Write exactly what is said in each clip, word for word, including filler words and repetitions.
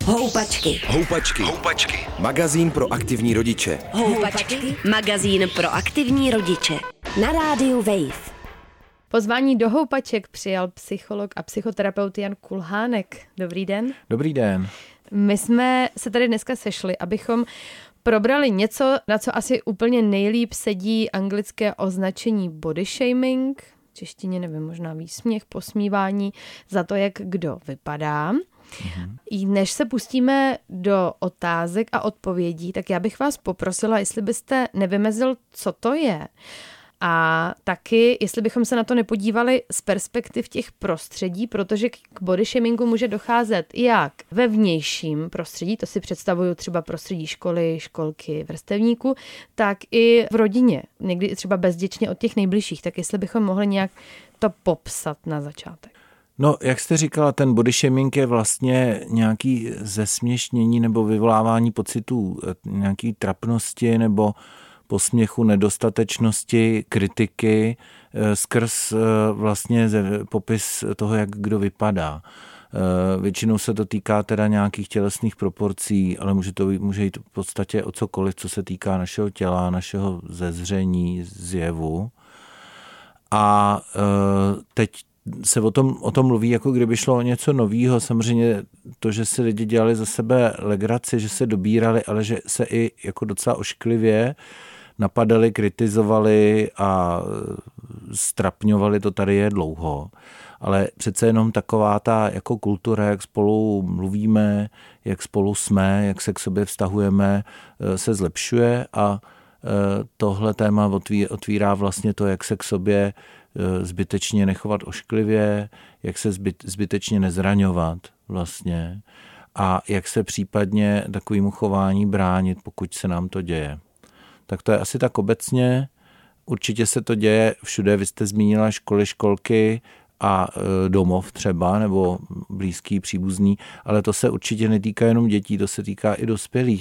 Houpačky. Houpačky. Houpačky. Magazín pro aktivní rodiče. Houpačky. Magazín pro aktivní rodiče. Na rádiu Wave. Pozvání do houpaček přijal psycholog a psychoterapeut Jan Kulhánek. Dobrý den. Dobrý den. My jsme se tady dneska sešli, abychom probrali něco, na co asi úplně nejlíp sedí anglické označení body shaming, v češtině nevím, možná výsměch, posmívání za to, jak kdo vypadá. Mm-hmm. Než se pustíme do otázek a odpovědí, tak já bych vás poprosila, jestli byste nevymezil, co to je. A taky, jestli bychom se na to nepodívali z perspektiv těch prostředí, protože k body shamingu může docházet jak ve vnějším prostředí, to si představuju třeba prostředí školy, školky, vrstevníku, tak i v rodině, někdy třeba bezděčně od těch nejbližších. Tak jestli bychom mohli nějak to popsat na začátek. No, jak jste říkala, ten body shaming je vlastně nějaký zesměšnění nebo vyvolávání pocitů nějaký trapnosti nebo posměchu, nedostatečnosti, kritiky skrz vlastně popis toho, jak kdo vypadá. Většinou se to týká teda nějakých tělesných proporcí, ale může to může jít v podstatě o cokoliv, co se týká našeho těla, našeho zezření, zjevu. A teď se o tom, o tom mluví, jako kdyby šlo o něco novýho. Samozřejmě to, že si lidi dělali za sebe legraci, že se dobírali, ale že se i jako docela ošklivě napadali, kritizovali a strapňovali, to tady je dlouho. Ale přece jenom taková ta jako kultura, jak spolu mluvíme, jak spolu jsme, jak se k sobě vztahujeme, se zlepšuje a tohle téma otvírá vlastně to, jak se k sobě zbytečně nechovat ošklivě, jak se zbyt, zbytečně nezraňovat vlastně a jak se případně takovému chování bránit, pokud se nám to děje. Tak to je asi tak obecně. Určitě se to děje všude. Vy jste zmínila školy, školky a domov třeba, nebo blízký, příbuzný, ale to se určitě netýká jenom dětí, to se týká i dospělých.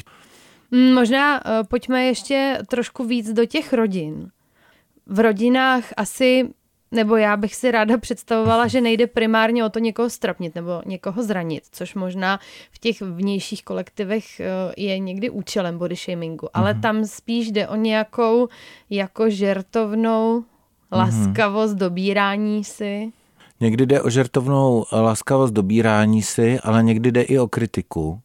Možná pojďme ještě trošku víc do těch rodin. V rodinách asi, nebo já bych si ráda představovala, že nejde primárně o to někoho strapnit nebo někoho zranit, což možná v těch vnějších kolektivech je někdy účelem body shamingu, ale mm-hmm. tam spíš jde o nějakou jako žertovnou laskavost, mm-hmm. dobírání si. Někdy jde o žertovnou laskavost, dobírání si, ale někdy jde i o kritiku.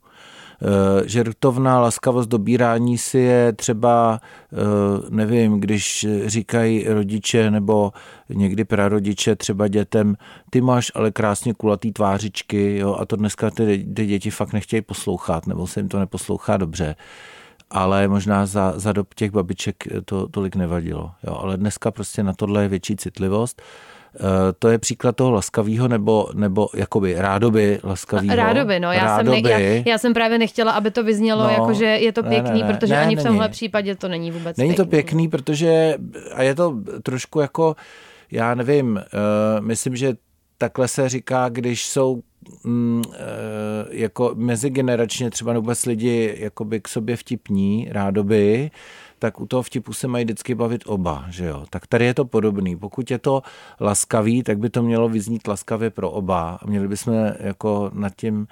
Žertovná laskavost, dobírání si je třeba, nevím, když říkají rodiče nebo někdy prarodiče třeba dětem, ty máš ale krásně kulatý tvářičky, jo, a to dneska ty, ty děti fakt nechtějí poslouchat, nebo se jim to neposlouchá dobře. Ale možná za, za dob těch babiček to tolik nevadilo. Jo, ale dneska prostě na tohle je větší citlivost. To je příklad toho laskavýho, nebo, nebo jakoby rádoby laskavýho. Rádoby, no. Já, rádoby. Jsem ne, já, já jsem právě nechtěla, aby to vyznělo, no, jako, že je to pěkný, ne, ne, protože ne, ani ne, v tomhle ne. případě to není vůbec Není pěkný. to pěkný, protože a je to trošku jako, já nevím, uh, myslím, že takhle se říká, když jsou mm, uh, jako mezigeneračně třeba vůbec lidi jakoby k sobě vtipní, rádoby, tak u toho vtipu se mají vždycky bavit oba, že jo. Tak tady je to podobný. Pokud je to laskavý, tak by to mělo vyznít laskavě pro oba a měli bychom jako nad tím,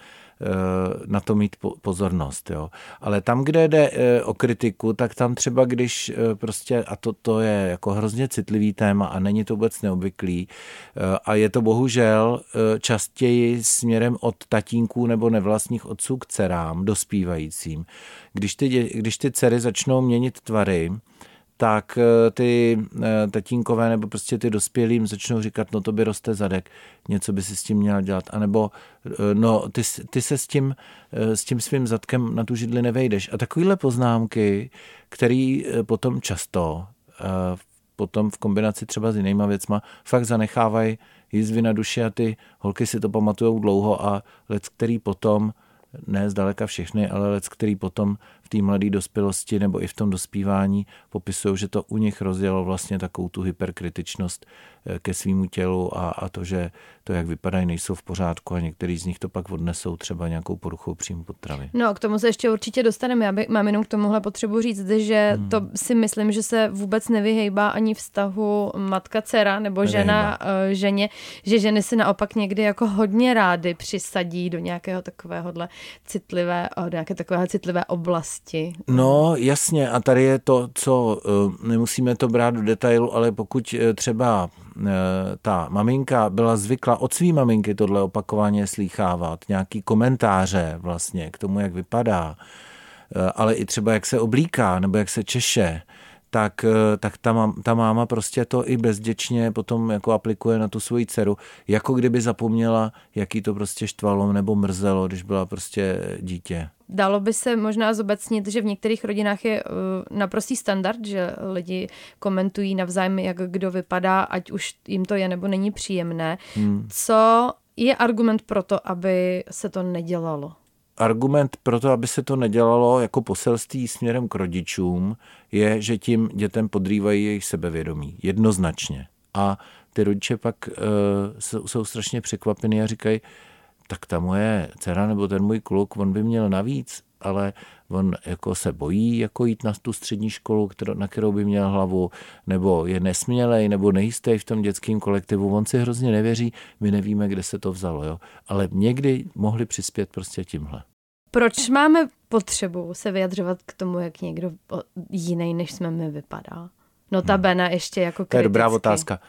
na to mít pozornost, jo. Ale tam, kde jde o kritiku, tak tam třeba, když prostě, a to, to je jako hrozně citlivý téma a není to vůbec neobvyklý a je to bohužel častěji směrem od tatínků nebo nevlastních otců k dcerám, dospívajícím. Když ty, když ty dcery začnou měnit tvary, tak ty tatínkové nebo prostě ty dospělým začnou říkat, no to by roste zadek, něco by si s tím měla dělat, anebo no ty, ty se s tím, s tím svým zadkem na tu židli nevejdeš. A takovýhle poznámky, který potom často, potom v kombinaci třeba s jinýma věcma, fakt zanechávají jizvy na duši a ty holky si to pamatujou dlouho a lec, který potom, ne zdaleka všechny, ale lec, který potom v té mladé dospělosti nebo i v tom dospívání popisují, že to u nich rozjelo vlastně takovou tu hyperkritičnost ke svýmu tělu a, a to, že to, jak vypadají, nejsou v pořádku a některý z nich to pak odnesou třeba nějakou poruchou příjmu potravy. No, k tomu se ještě určitě dostaneme. Já by, mám jenom k tomuhle potřebu říct, že hmm. to si myslím, že se vůbec nevyhejbá ani vztahu matka-dcera nebo žena uh, ženě, že ženy si naopak někdy jako hodně rády přisadí do nějakého takovéhohle citlivé, do nějaké takové citlivé oblasti. No, jasně. A tady je to, co uh, nemusíme to brát do detailu, ale pokud uh, třeba uh, ta maminka byla zvyklá od svý maminky tohle opakovaně slýchávat, nějaký komentáře vlastně k tomu, jak vypadá, uh, ale i třeba jak se oblíká nebo jak se češe, tak, tak ta, ta máma prostě to i bezděčně potom jako aplikuje na tu svoji dceru, jako kdyby zapomněla, jaký to prostě štvalo nebo mrzelo, když byla prostě dítě. Dalo by se možná zobecnit, že v některých rodinách je naprostý standard, že lidi komentují navzájem, jak kdo vypadá, ať už jim to je nebo není příjemné. Hmm. Co je argument pro to, aby se to nedělalo? Argument pro to, aby se to nedělalo jako poselství směrem k rodičům, je, že tím dětem podrývají jejich sebevědomí. Jednoznačně. A ty rodiče pak uh, jsou, jsou strašně překvapený a říkají, tak ta moje dcera nebo ten můj kluk, on by měl navíc, ale on jako se bojí jako jít na tu střední školu, kterou, na kterou by měl hlavu, nebo je nesmělej, nebo nejistý v tom dětském kolektivu. On si hrozně nevěří, my nevíme, kde se to vzalo. Jo? Ale někdy mohli přispět prostě tímhle. Proč máme potřebu se vyjadřovat k tomu, jak někdo jiný, než jsme my, vypadá? Notabene hmm. ještě jako kriticky. To je dobrá otázka.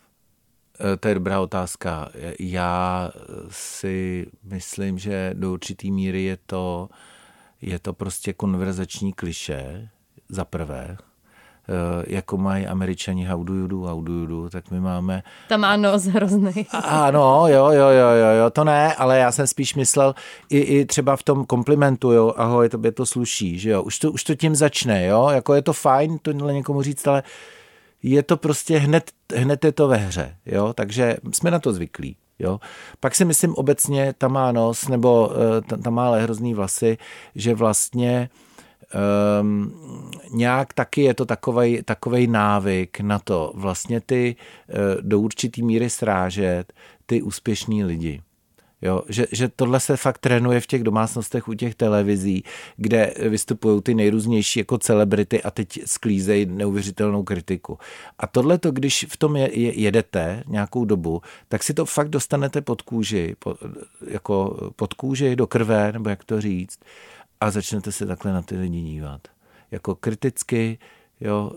To je dobrá otázka. Já si myslím, že do určitý míry je to, je to prostě konverzační klišé, za prvé. Jako mají Američani how do you do, how do you do, tak my máme... Tam má nos hrozný. Ano, jo, jo, jo, jo, jo, to ne, ale já jsem spíš myslel i, i třeba v tom komplimentu, jo, ahoj, tobě to sluší, že jo, už to, už to tím začne, jo, jako je to fajn tohle někomu říct, ale je to prostě hned, hned je to ve hře, jo, takže jsme na to zvyklí, jo. Pak si myslím obecně, ta má nos, nebo ta, ta má hrozný vlasy, že vlastně Um, nějak taky je to takovej, takovej návyk na to vlastně ty uh, do určitý míry srážet ty úspěšní lidi. Jo, že, že tohle se fakt trénuje v těch domácnostech u těch televizí, kde vystupují ty nejrůznější jako celebrity a teď sklízejí neuvěřitelnou kritiku. A tohleto, když v tom je, je, jedete nějakou dobu, tak si to fakt dostanete pod kůži, po, jako pod kůži do krve, nebo jak to říct, a začnete se takhle na ty lidi dívat. Jako kriticky, jo,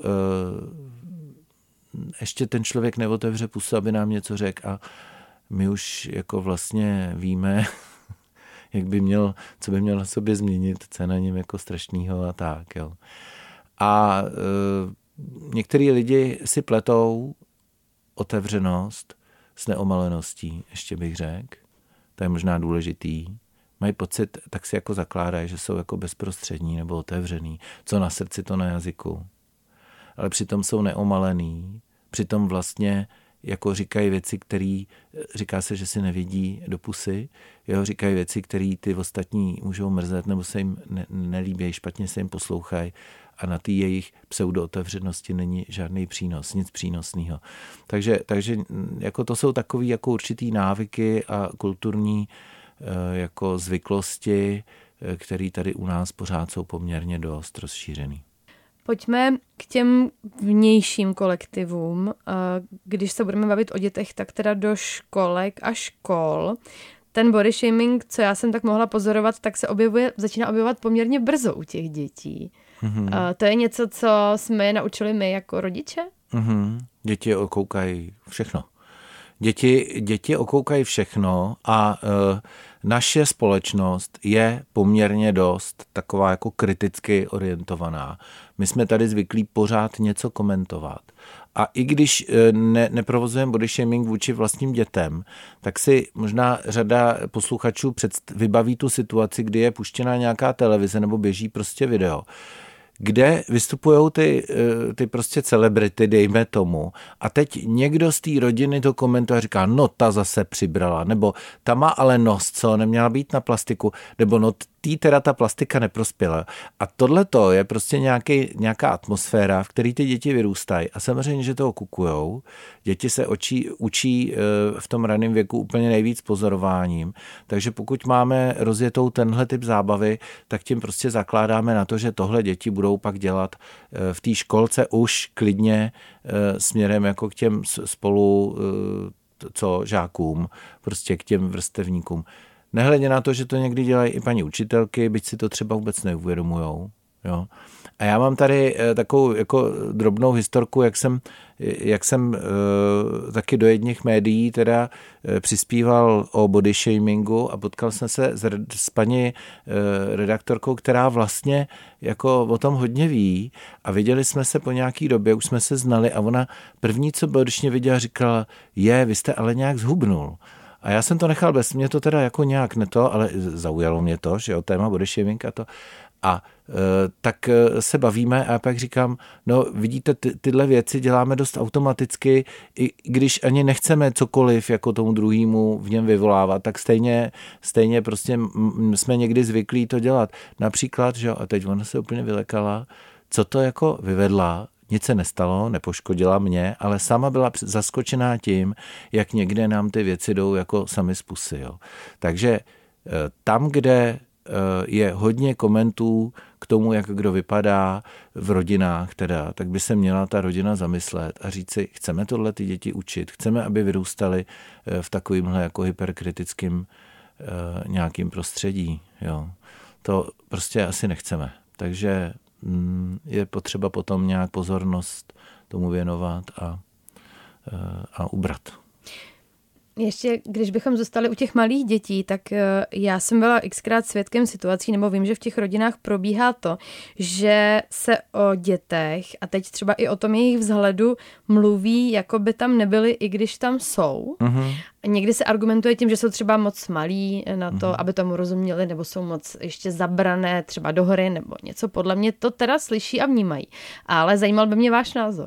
ještě ten člověk neotevře pusu, aby nám něco řekl a my už jako vlastně víme, jak by měl, co by měl na sobě změnit, co na něm jako strašnýho a tak, jo. A e, některý lidi si pletou otevřenost s neomaleností, ještě bych řekl. To je možná důležitý. Mají pocit, tak si jako zakládají, že jsou jako bezprostřední nebo otevřený. Co na srdci, to na jazyku. Ale přitom jsou neomalený. Přitom vlastně jako říkají věci, které říká se, že si nevědí do pusy. Jo, říkají věci, které ty ostatní můžou mrzet nebo se jim ne- nelíbí, špatně se jim poslouchají. A na té jejich pseudootevřenosti není žádný přínos, nic přínosného. Takže, takže jako to jsou takový jako určitý návyky a kulturní jako zvyklosti, které tady u nás pořád jsou poměrně dost rozšířený. Pojďme k těm vnějším kolektivům. Když se budeme bavit o dětech, tak teda do školek a škol. Ten body shaming, co já jsem tak mohla pozorovat, tak se objevuje, začíná objevovat poměrně brzo u těch dětí. Mm-hmm. To je něco, co jsme je naučili my jako rodiče? Mm-hmm. Děti okoukají všechno. Děti, děti okoukají všechno a e, naše společnost je poměrně dost taková jako kriticky orientovaná. My jsme tady zvyklí pořád něco komentovat. A i když e, ne, neprovozujeme body shaming vůči vlastním dětem, tak si možná řada posluchačů předst- vybaví tu situaci, kdy je puštěná nějaká televize nebo běží prostě video, kde vystupují ty, ty prostě celebrity, dejme tomu, a teď někdo z té rodiny to komentuje a říká, no ta zase přibrala, nebo ta má ale nos, co, neměla být na plastiku, nebo no tý teda ta plastika neprospěla. A tohleto je prostě nějaký, nějaká atmosféra, v které ty děti vyrůstají. A samozřejmě, že toho kukujou. Děti se učí, učí v tom raném věku úplně nejvíc pozorováním. Takže pokud máme rozjetou tenhle typ zábavy, tak tím prostě zakládáme na to, že tohle děti budou pak dělat v té školce už klidně směrem jako k těm spolu co žákům, prostě k těm vrstevníkům. Nehledě na to, že to někdy dělají i paní učitelky, byť si to třeba vůbec neuvědomujou. Jo. A já mám tady takovou jako drobnou historku, jak jsem, jak jsem e, taky do jedných médií teda e, přispíval o body shamingu a potkal jsem se s, s paní e, redaktorkou, která vlastně jako o tom hodně ví a viděli jsme se po nějaký době, už jsme se znali a ona první, co bylo, když mě viděla, říkala, je, vy jste ale nějak zhubnul. A já jsem to nechal bez, mě to teda jako nějak ne to, ale zaujalo mě to, že jo, téma body shaming a to. A e, tak se bavíme a pak říkám, no vidíte, ty, tyhle věci děláme dost automaticky, i když ani nechceme cokoliv jako tomu druhému v něm vyvolávat, tak stejně, stejně prostě m, jsme někdy zvyklí to dělat. Například, že jo, a teď ona se úplně vylekala, co to jako vyvedla, nic se nestalo, nepoškodila mě, ale sama byla zaskočená tím, jak někde nám ty věci jdou jako sami z pusy. Jo. Takže tam, kde je hodně komentů k tomu, jak kdo vypadá v rodinách, teda, tak by se měla ta rodina zamyslet a říct si, chceme tohle ty děti učit, chceme, aby vyrůstali v takovýmhle jako hyperkritickým nějakým prostředí. Jo. To prostě asi nechceme. Takže je potřeba potom nějak pozornost tomu věnovat a, a ubrat. Ještě, když bychom zůstali u těch malých dětí, tak já jsem byla xkrát svědkem situací, nebo vím, že v těch rodinách probíhá to, že se o dětech a teď třeba i o tom jejich vzhledu mluví, jako by tam nebyli, i když tam jsou. Mm-hmm. Někdy se argumentuje tím, že jsou třeba moc malí na to, mm-hmm. aby tomu rozuměli, nebo jsou moc ještě zabrané třeba do hry, nebo něco. Podle mě to teda slyší a vnímají. Ale zajímal by mě váš názor.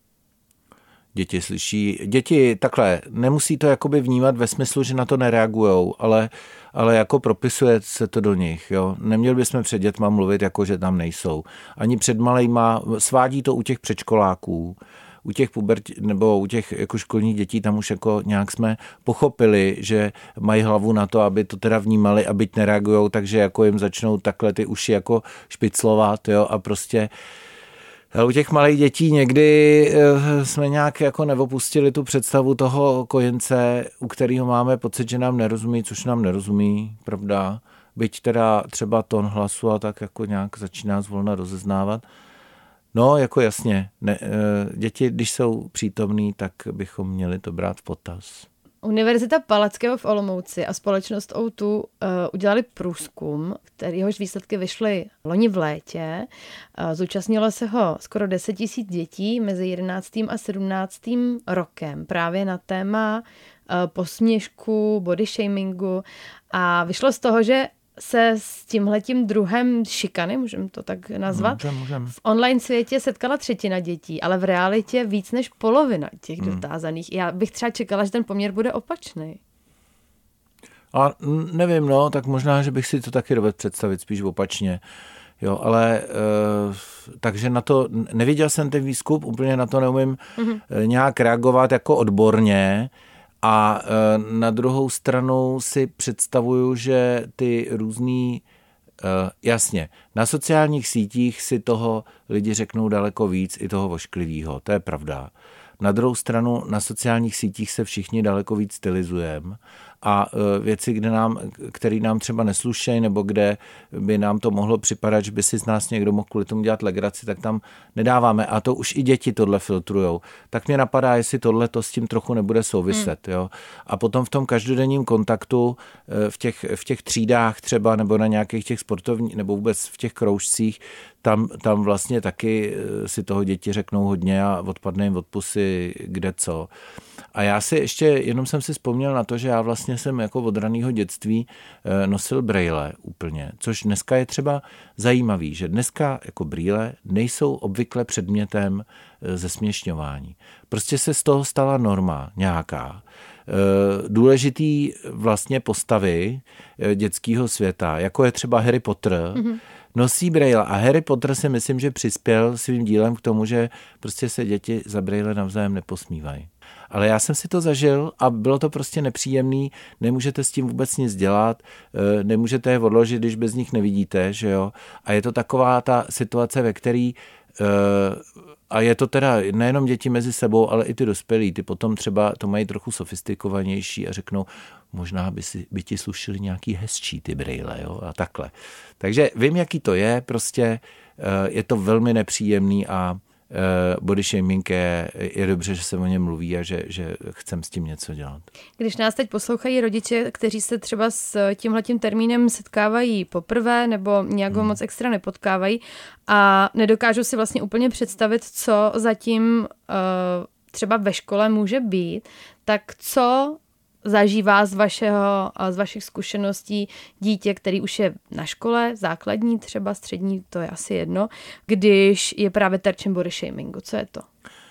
Děti slyší, děti takhle, nemusí to jakoby vnímat ve smyslu, že na to nereagujou, ale, ale jako propisuje se to do nich, jo. Neměli bychom před dětma mluvit, jako že tam nejsou. Ani před malejma, svádí to u těch předškoláků, u těch pubertí, nebo u těch jako školních dětí, tam už jako nějak jsme pochopili, že mají hlavu na to, aby to teda vnímali a byť nereagujou, takže jako jim začnou takhle ty uši jako špiclovat, jo, a prostě u těch malých dětí někdy jsme nějak jako neopustili tu představu toho kojence, u kterého máme pocit, že nám nerozumí, což nám nerozumí, pravda. Byť teda třeba tón hlasu a tak jako nějak začíná zvolna rozeznávat. No, jako jasně, ne, děti, když jsou přítomní, tak bychom měli to brát v potaz. Univerzita Palackého v Olomouci a společnost O dva uh, udělali průzkum, kterýhož výsledky vyšly loni v létě. Uh, zúčastnilo se ho skoro deset tisíc dětí mezi jedenáctým a sedmnáctým rokem právě na téma uh, posměšku, body shamingu a vyšlo z toho, že se s tímhletím druhem šikany, můžeme to tak nazvat, můžem, můžem. v online světě setkala třetina dětí, ale v realitě víc než polovina těch hmm. dotázaných. Já bych třeba čekala, že ten poměr bude opačný. A nevím, no, tak možná, že bych si to taky dovedl představit spíš opačně. Jo, ale e, takže na to, neviděl jsem ten výzkum, úplně na to neumím hmm. nějak reagovat jako odborně. A na druhou stranu si představuju, že ty různý, jasně, na sociálních sítích si toho lidi řeknou daleko víc, i toho vošklivýho, to je pravda. Na druhou stranu na sociálních sítích se všichni daleko víc stylizujeme a věci, kde nám, které nám třeba neslušejí, nebo kde by nám to mohlo připadat, že by si z nás někdo mohl kvůli tomu dělat legraci, tak tam nedáváme. A to už i děti tohle filtrujou. Tak mě napadá, jestli tohle to s tím trochu nebude souviset. Hmm. Jo? A potom v tom každodenním kontaktu v těch, v těch třídách třeba, nebo na nějakých těch sportovních, nebo vůbec v těch kroužcích, tam, tam vlastně taky si toho děti řeknou hodně a odpadne jim od pusy kde co. A já si ještě, jenom jsem si vzpomněl na to, že já vlastně jsem jako od raného dětství nosil brejle úplně, což dneska je třeba zajímavý, že dneska jako brýle nejsou obvykle předmětem zesměšňování. Prostě se z toho stala norma nějaká. důležitý vlastně postavy dětského světa, jako je třeba Harry Potter, mm-hmm. nosí brejle a Harry Potter si myslím, že přispěl svým dílem k tomu, že prostě se děti za brejle navzájem neposmívají. Ale já jsem si to zažil a bylo to prostě nepříjemný, nemůžete s tím vůbec nic dělat, nemůžete je odložit, když bez nich nevidíte, že jo. A je to taková ta situace, ve který, a je to teda nejenom děti mezi sebou, ale i ty dospělí, ty potom třeba to mají trochu sofistikovanější a řeknou, možná by, si, by ti slušili nějaký hezčí ty brejle, jo, a takhle. Takže vím, jaký to je, prostě je to velmi nepříjemný a body shaming je, je dobře, že se o něm mluví a že, že chcem s tím něco dělat. Když nás teď poslouchají rodiče, kteří se třeba s tímhletím termínem setkávají poprvé nebo nějak ho hmm. moc extra nepotkávají a nedokážou si vlastně úplně představit, co zatím uh, třeba ve škole může být, tak co zažívá z, vašeho, z vašich zkušeností dítě, který už je na škole, základní třeba, střední, to je asi jedno, když je právě terčem body shamingu. Co je to?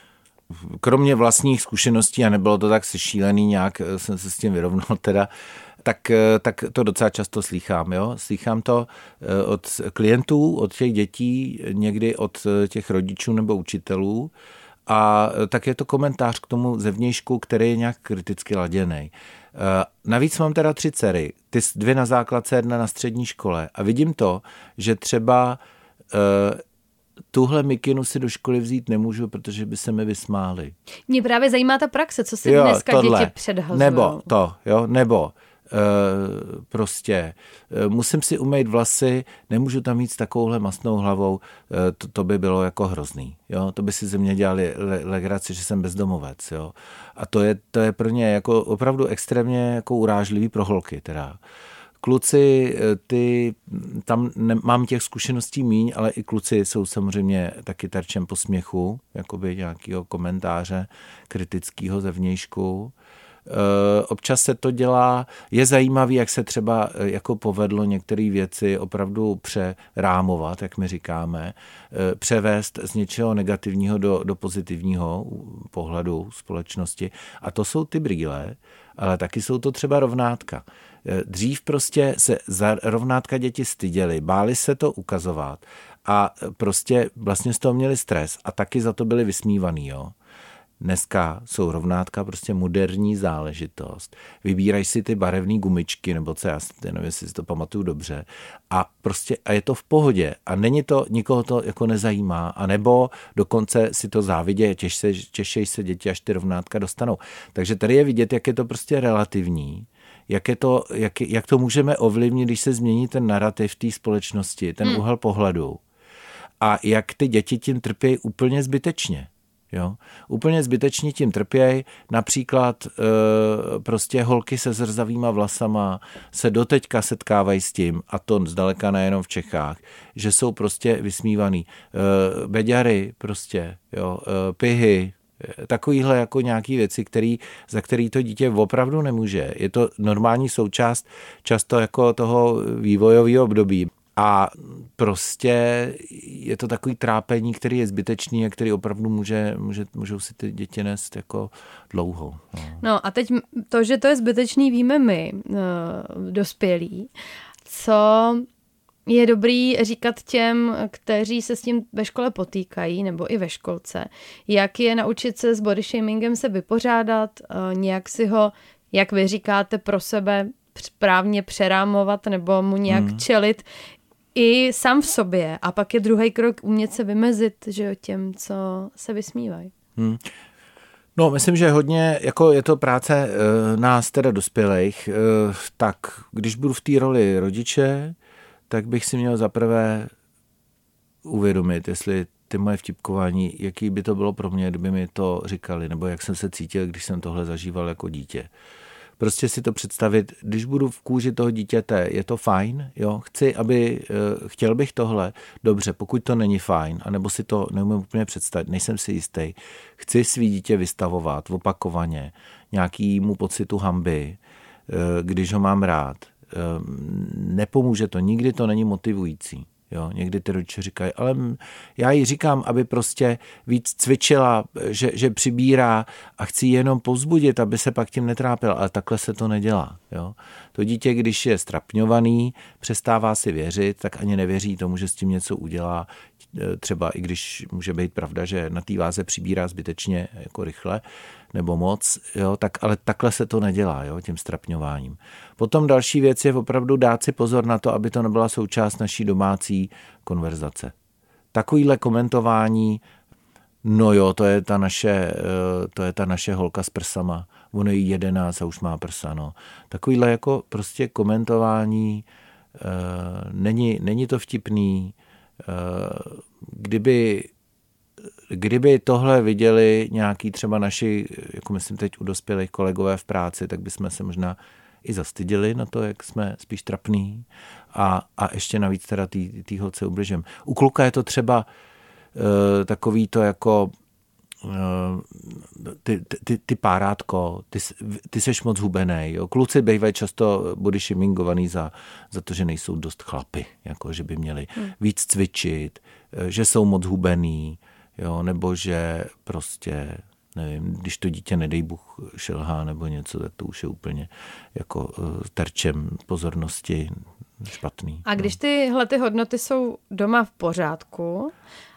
Kromě vlastních zkušeností, a nebylo to tak sešílený, nějak jsem se s tím vyrovnal teda, tak, tak to docela často slýchám. Jo? Slýchám to od klientů, od těch dětí, někdy od těch rodičů nebo učitelů. A tak je to komentář k tomu zevnějšku, který je nějak kriticky laděnej. Navíc mám teda tři dcery, ty dvě na základce, jedna na střední škole. A vidím to, že třeba uh, tuhle mikinu si do školy vzít nemůžu, protože by se mi vysmáli. Mě právě zajímá ta praxe, co si jo, dneska tohle. Děti předhazují. Nebo to, jo, nebo Uh, prostě uh, musím si umýt vlasy, nemůžu tam mít s takovouhle mastnou hlavou, uh, to, to by bylo jako hrozný. Jo? To by si ze mě dělali le, legraci, že jsem bezdomovec. Jo? A to je, to je pro ně jako opravdu extrémně jako urážlivý pro holky. Teda. Kluci, ty, tam ne, mám těch zkušeností míň, ale i kluci jsou samozřejmě taky terčem posměchu, jakoby nějakého komentáře kritického zevnějšku. Občas se to dělá, je zajímavý, jak se třeba jako povedlo některé věci opravdu přerámovat, jak my říkáme, převést z něčeho negativního do, do pozitivního pohledu společnosti. A to jsou ty brýle, ale taky jsou to třeba rovnátka. Dřív prostě se za rovnátka děti styděly, báli se to ukazovat a prostě vlastně z toho měli stres a taky za to byli vysmívaný, jo. Dneska jsou rovnátka prostě moderní záležitost. Vybírají si ty barevné gumičky, nebo co, já nevím, jestli si to pamatuju dobře. A prostě a je to v pohodě. A není to, nikoho to jako nezajímá. A nebo dokonce si to závidě, těž se, těšej se děti, až ty rovnátka dostanou. Takže tady je vidět, jak je to prostě relativní. Jak, je to, jak, jak to můžeme ovlivnit, když se změní ten narrativ té společnosti, ten úhel pohledu. A jak ty děti tím trpí úplně zbytečně. Jo? Úplně zbytečně tím trpěj, například e, prostě holky se zrzavýma vlasama se doteďka setkávají s tím, a to zdaleka nejenom v Čechách, že jsou prostě vysmívaný. E, beďary prostě, jo? E, pihy, takovýhle jako nějaký věci, který, za který to dítě opravdu nemůže. Je to normální součást často jako toho vývojového období. A prostě je to takový trápení, který je zbytečný a který opravdu může, může, můžou si ty děti nést jako dlouho. No. no a teď to, že to je zbytečný, víme my, dospělí. Co je dobrý říkat těm, kteří se s tím ve škole potýkají, nebo i ve školce, jak je naučit se s body shamingem se vypořádat, nějak si ho, jak vy říkáte, pro sebe správně přerámovat nebo mu nějak hmm. čelit, i sám v sobě. A pak je druhý krok umět se vymezit, že jo, těm, co se vysmívají. Hmm. No, myslím, že hodně, jako je to práce e, nás teda dospělejch, e, tak když budu v té roli rodiče, tak bych si měl zaprvé uvědomit, jestli ty moje vtipkování, jaký by to bylo pro mě, kdyby mi to říkali, nebo jak jsem se cítil, když jsem tohle zažíval jako dítě. Prostě si to představit, když budu v kůži toho dítěte, je to fajn, jo, chci, aby, chtěl bych tohle, dobře, pokud to není fajn, anebo si to neumím úplně představit, nejsem si jistý, chci svý dítě vystavovat opakovaně nějakýmu pocitu hanby, když ho mám rád, nepomůže to, nikdy to není motivující, Jo, někdy ty rodiče říkají, ale já jí říkám, aby prostě víc cvičila, že, že přibírá a chci jenom povzbudit, aby se pak tím netrápila, ale takhle se to nedělá. Jo. To dítě, když je strapňovaný, přestává si věřit, tak ani nevěří tomu, že s tím něco udělá. Třeba i když může být pravda, že na té váze přibírá zbytečně jako rychle nebo moc, jo, tak, ale takhle se to nedělá, jo, tím strapňováním. Potom další věc je opravdu dát si pozor na to, aby to nebyla součást naší domácí konverzace. Takovýhle komentování, no jo, to je ta naše, to je ta naše holka s prsama, ono jí jedenáct a už má prsa, no. Takovýhle jako prostě komentování, není, není to vtipný. Kdyby, kdyby tohle viděli nějaký třeba naši, jako myslím teď u dospělých kolegové v práci, tak bychom se možná i zastydili na to, jak jsme spíš trapný a, a ještě navíc teda tý, tý holce ubližem. U kluka je to třeba uh, takový to jako uh, ty, ty, ty párátko, ty, ty seš moc hubenej. Jo. Kluci bývají často body shamingovaný za, za to, že nejsou dost chlapy, jako že by měli hmm. víc cvičit, že jsou moc hubený, jo, nebo že prostě, nevím, když to dítě, nedej Bůh, šelhá nebo něco, tak to už je úplně jako uh, terčem pozornosti špatný. A když tyhle ty hodnoty jsou doma v pořádku,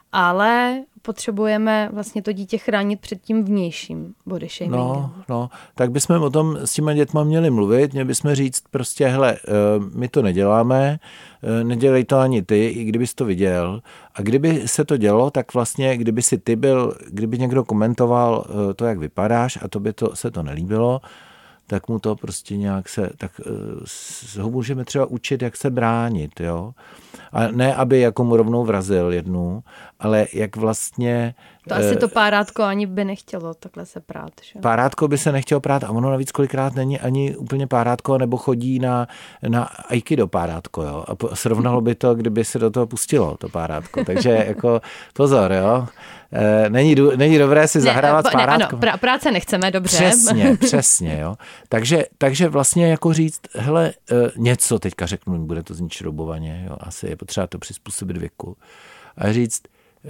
ale potřebujeme vlastně to dítě chránit před tím vnějším body shamingem. No, no, tak bychom o tom s těma dětma měli mluvit, měli bychom říct prostě, hele, my to neděláme, nedělej to ani ty, i kdybys to viděl. A kdyby se to dělo, tak vlastně, kdyby si ty byl, kdyby někdo komentoval to, jak vypadáš a tobě to, se to nelíbilo, tak mu to prostě nějak se, tak ho můžeme třeba učit, jak se bránit, jo. A ne, aby jako mu rovnou vrazil jednu, ale jak vlastně... To asi to párátko ani by nechtělo takhle se prát. Že? Párátko by se nechtělo prát a ono navíc kolikrát není ani úplně párátko, nebo chodí na, na aikido párátko, jo. A srovnalo by to, kdyby se do toho pustilo, to párátko. Takže jako pozor, jo. Není, není dobré si zahrávat ne, s párátkem. Ne, ano, práce nechceme, dobře. Přesně, přesně, jo. Takže, takže vlastně jako říct, hele, něco teďka řeknu, bude to znít šroubovaně, jo, asi je potřeba to přizpůsobit věku. A říct,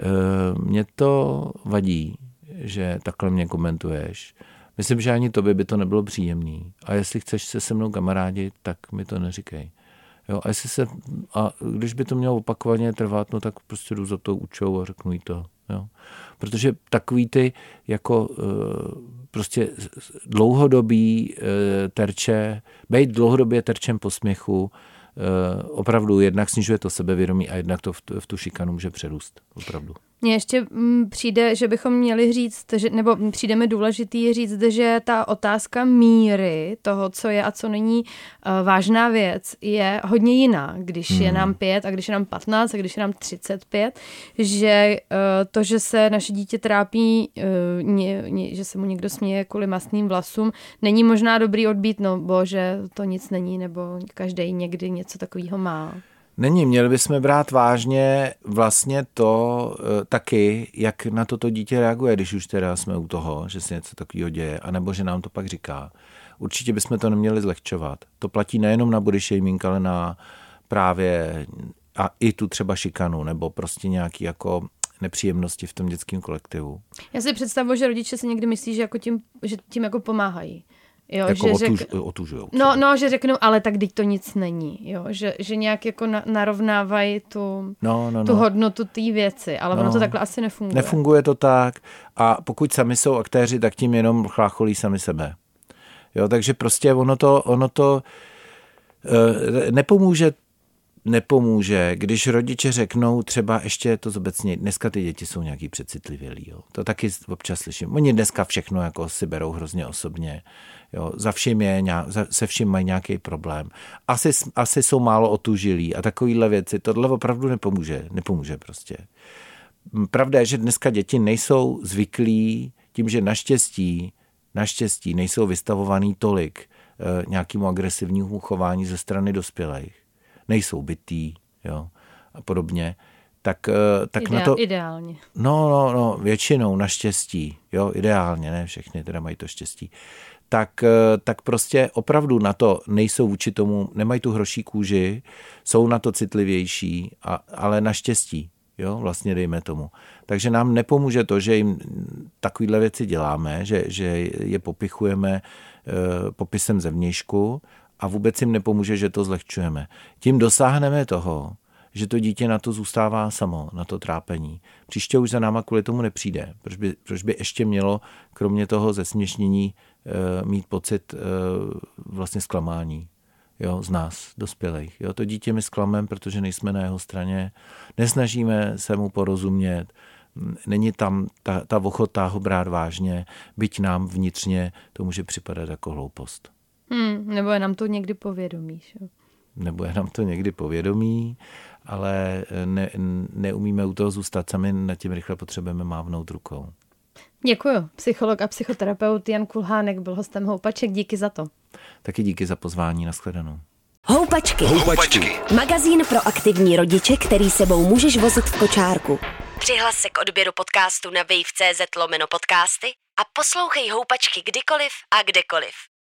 mě to vadí, že takhle mě komentuješ. Myslím, že ani tobě by to nebylo příjemný. A jestli chceš se se mnou kamarádit, tak mi to neříkej. Jo, a, jestli se, a když by to mělo opakovaně trvat, no tak prostě jdu za to učou a řeknu jí to. Jo. Protože takový ty jako prostě dlouhodobý terče, bejt dlouhodobě terčem posměchu, opravdu jednak snižuje to sebevědomí a jednak to v tu, v tu šikanu může přerůst. Opravdu. Mně ještě přijde, že bychom měli říct, že, nebo přijde mi důležitý říct, že ta otázka míry toho, co je a co není uh, vážná věc, je hodně jiná, když hmm. je nám pět a když je nám patnáct a když je nám třicet pět, že uh, to, že se naše dítě trápí, uh, ně, ně, že se mu někdo směje kvůli mastným vlasům, není možná dobrý odbít, no bože, to nic není, nebo každej někdy něco takového má. Není, měli bychom brát vážně vlastně to e, taky, jak na toto dítě reaguje, když už teda jsme u toho, že se něco takového děje, anebo že nám to pak říká. Určitě bychom to neměli zlehčovat. To platí nejenom na body shaming, ale na právě a i tu třeba šikanu, nebo prostě nějaký jako nepříjemnosti v tom dětském kolektivu. Já si představuji, že rodiče si někdy myslí, že, jako tím, že tím jako pomáhají. Jo, jako že otuž, řek... otužujou. No, no, že řeknou, ale tak teď to nic není. Jo? Že, že nějak jako na, narovnávají tu, no, no, tu no. hodnotu té věci, ale no. ono to takhle asi nefunguje. Nefunguje to tak a pokud sami jsou aktéři, tak tím jenom chlácholí sami sebe. Jo, takže prostě ono to, ono to e, nepomůže nepomůže, když rodiče řeknou třeba ještě to zobecně, dneska ty děti jsou nějaký přecitlivělí, jo. To taky občas slyším. Oni dneska všechno jako si berou hrozně osobně, jo. Za vším je, se vším mají nějaký problém. Asi, asi jsou málo otužilí a takovýhle věci, tohle opravdu nepomůže, nepomůže prostě. Pravda je, že dneska děti nejsou zvyklí tím, že naštěstí, naštěstí nejsou vystavovaný tolik e, nějakému agresivnímu chování ze strany dospělých. Nejsou bytý, jo, a podobně, tak, tak Ideál, na to... Ideálně. No, no, no, většinou naštěstí, jo, ideálně, ne všechny teda mají to štěstí. tak, tak prostě opravdu na to nejsou vůči tomu, nemají tu hroší kůži, jsou na to citlivější, a, ale naštěstí, jo, vlastně dejme tomu. Takže nám nepomůže to, že jim takovýhle věci děláme, že, že je popichujeme e, popisem zevnějšku a vůbec jim nepomůže, že to zlehčujeme. Tím dosáhneme toho, že to dítě na to zůstává samo, na to trápení. Příště už za náma kvůli tomu nepřijde. Proč by, proč by ještě mělo, kromě toho zesměšnění, e, mít pocit e, vlastně zklamání, jo, z nás, dospělých. Jo, to dítě my zklameme, protože nejsme na jeho straně, nesnažíme se mu porozumět, není tam ta, ta ochota ho brát vážně, byť nám vnitřně to může připadat jako hloupost. Hmm, nebo je nám to někdy povědomí. Že? Nebo je nám to někdy povědomí, ale ne, neumíme u toho zůstat sami, nad tím rychle potřebujeme mávnout rukou. Děkuju. Psycholog a psychoterapeut Jan Kulhánek byl hostem Houpaček. Díky za to. Taky díky za pozvání. Nashledanou. Houpačky. Houpačky. Magazín pro aktivní rodiče, který sebou můžeš vozit v kočárku. Přihlas se k odběru podcastu na wave tečka cz lomeno podcasty a poslouchej Houpačky kdykoliv a kdekoliv.